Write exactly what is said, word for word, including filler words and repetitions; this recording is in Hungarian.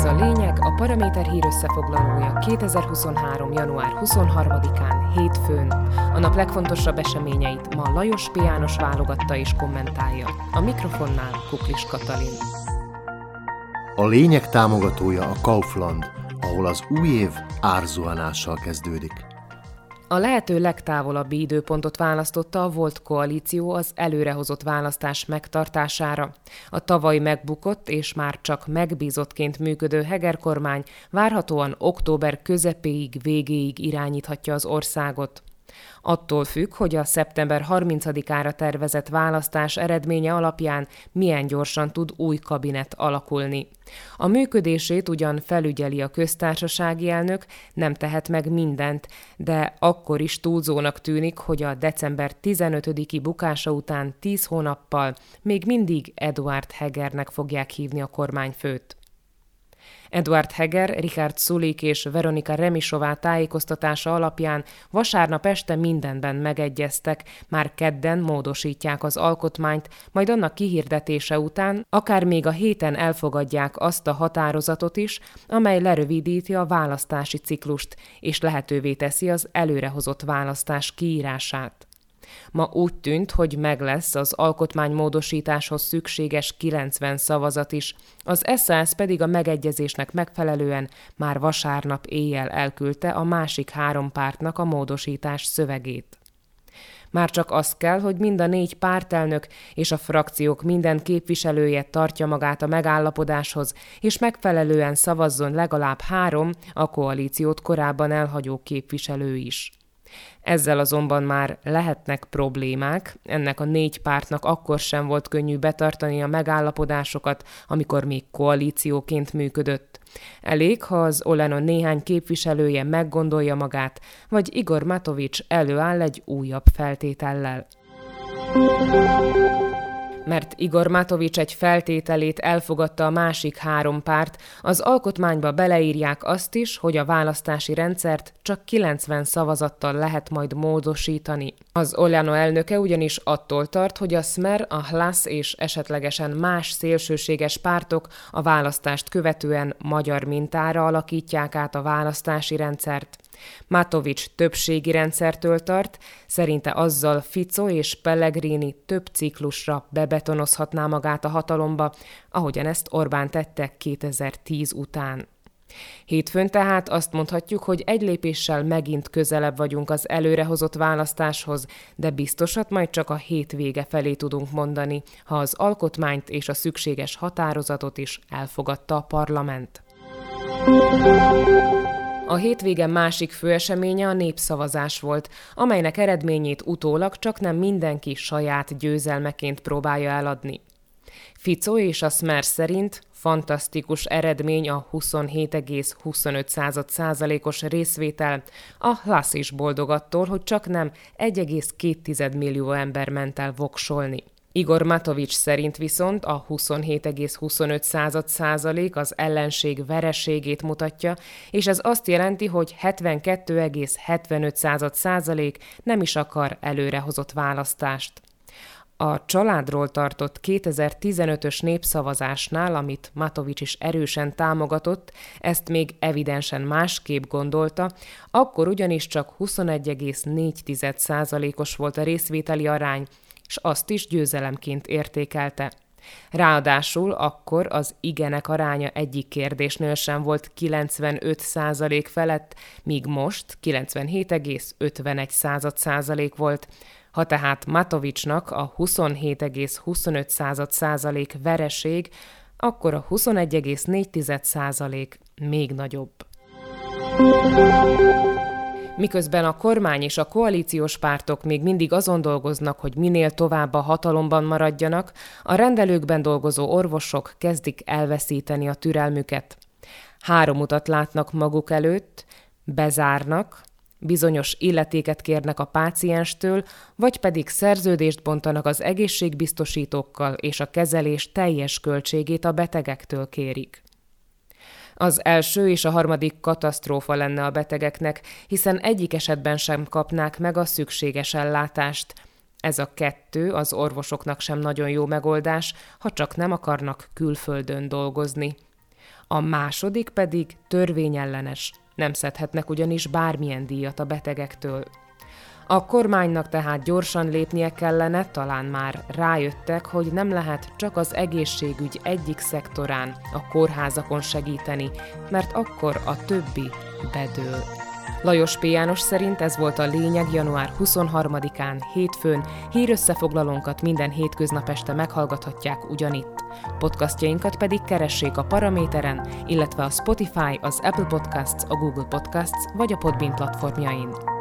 Ez a lényeg, a Paraméter hír összefoglalója kétezer-huszonhárom. január huszonharmadikán, hétfőn. A nap legfontosabb eseményeit ma Lajos P. János válogatta és kommentálja. A mikrofonnál Kuklis Katalin. A lényeg támogatója a Kaufland, ahol az új év árzuhanással kezdődik. A lehető legtávolabbi időpontot választotta a Volt koalíció az előrehozott választás megtartására. A tavaly megbukott és már csak megbízottként működő Heger kormány várhatóan október közepéig, végéig irányíthatja az országot. Attól függ, hogy a szeptember harmincadikára tervezett választás eredménye alapján milyen gyorsan tud új kabinet alakulni. A működését ugyan felügyeli a köztársasági elnök, nem tehet meg mindent, de akkor is túlzónak tűnik, hogy a december tizenötödiki bukása után tíz hónappal még mindig Eduard Hegernek fogják hívni a kormányfőt. Eduard Heger, Richard Sulik és Veronika Remisová tájékoztatása alapján vasárnap este mindenben megegyeztek, már kedden módosítják az alkotmányt, majd annak kihirdetése után akár még a héten elfogadják azt a határozatot is, amely lerövidíti a választási ciklust, és lehetővé teszi az előrehozott választás kiírását. Ma úgy tűnt, hogy meg lesz az alkotmánymódosításhoz szükséges kilencven szavazat is, az es zé es pedig a megegyezésnek megfelelően már vasárnap éjjel elküldte a másik három pártnak a módosítás szövegét. Már csak az kell, hogy mind a négy pártelnök és a frakciók minden képviselője tartja magát a megállapodáshoz, és megfelelően szavazzon legalább három a koalíciót korábban elhagyó képviselő is. Ezzel azonban már lehetnek problémák, ennek a négy pártnak akkor sem volt könnyű betartani a megállapodásokat, amikor még koalícióként működött. Elég, ha az Olano néhány képviselője meggondolja magát, vagy Igor Matovics előáll egy újabb feltétellel. Mert Igor Matovics egy feltételét elfogadta a másik három párt, az alkotmányba beleírják azt is, hogy a választási rendszert csak kilencven szavazattal lehet majd módosítani. Az Olano elnöke ugyanis attól tart, hogy a Smer, a Hlas és esetlegesen más szélsőséges pártok a választást követően magyar mintára alakítják át a választási rendszert. Matovics többségi rendszertől tart, szerinte azzal Fico és Pellegrini több ciklusra bebetonozhatná magát a hatalomba, ahogyan ezt Orbán tette kétezer-tíz után. Hétfőn tehát azt mondhatjuk, hogy egy lépéssel megint közelebb vagyunk az előrehozott választáshoz, de biztosat majd csak a hét vége felé tudunk mondani, ha az alkotmányt és a szükséges határozatot is elfogadta a parlament. A hétvége másik főeseménye a népszavazás volt, amelynek eredményét utólag csak nem mindenki saját győzelmeként próbálja eladni. Fico és a Smer szerint fantasztikus eredmény a huszonhét egész huszonöt százalékos részvétel, a Hlas is boldog attól, hogy csak nem egy egész két millió ember ment el voksolni. Igor Matovics szerint viszont a huszonhét egész huszonöt százalék az ellenség vereségét mutatja, és ez azt jelenti, hogy hetvenkettő egész hetvenöt százalék nem is akar előrehozott választást. A családról tartott kétezer-tizenötös népszavazásnál, amit Matovics is erősen támogatott, ezt még evidensen másképp gondolta, akkor ugyanis csak huszonegy egész négy százalékos volt a részvételi arány, és azt is győzelemként értékelte. Ráadásul akkor az igenek aránya egyik kérdésnél sem volt kilencvenöt százalék felett, míg most kilencvenhét egész ötvenegy százalék volt. Ha tehát Matovicsnak a huszonhét egész huszonöt százalék vereség, akkor a huszonegy egész négy százalék még nagyobb. Miközben a kormány és a koalíciós pártok még mindig azon dolgoznak, hogy minél tovább a hatalomban maradjanak, a rendelőkben dolgozó orvosok kezdik elveszíteni a türelmüket. Három utat látnak maguk előtt, bezárnak, bizonyos illetéket kérnek a pácienstől, vagy pedig szerződést bontanak az egészségbiztosítókkal, és a kezelés teljes költségét a betegektől kérik. Az első és a harmadik katasztrófa lenne a betegeknek, hiszen egyik esetben sem kapnák meg a szükséges ellátást. Ez a kettő az orvosoknak sem nagyon jó megoldás, ha csak nem akarnak külföldön dolgozni. A második pedig törvényellenes, nem szedhetnek ugyanis bármilyen díjat a betegektől. A kormánynak tehát gyorsan lépnie kellene, talán már rájöttek, hogy nem lehet csak az egészségügy egyik szektorán, a kórházakon segíteni, mert akkor a többi bedől. Lajos P. János szerint ez volt a lényeg január huszonharmadikán, hétfőn. Hírösszefoglalónkat minden hétköznap este meghallgathatják ugyanitt. Podcastjainkat pedig keressék a Paraméteren, illetve a Spotify, az Apple Podcasts, a Google Podcasts vagy a Podbean platformjain.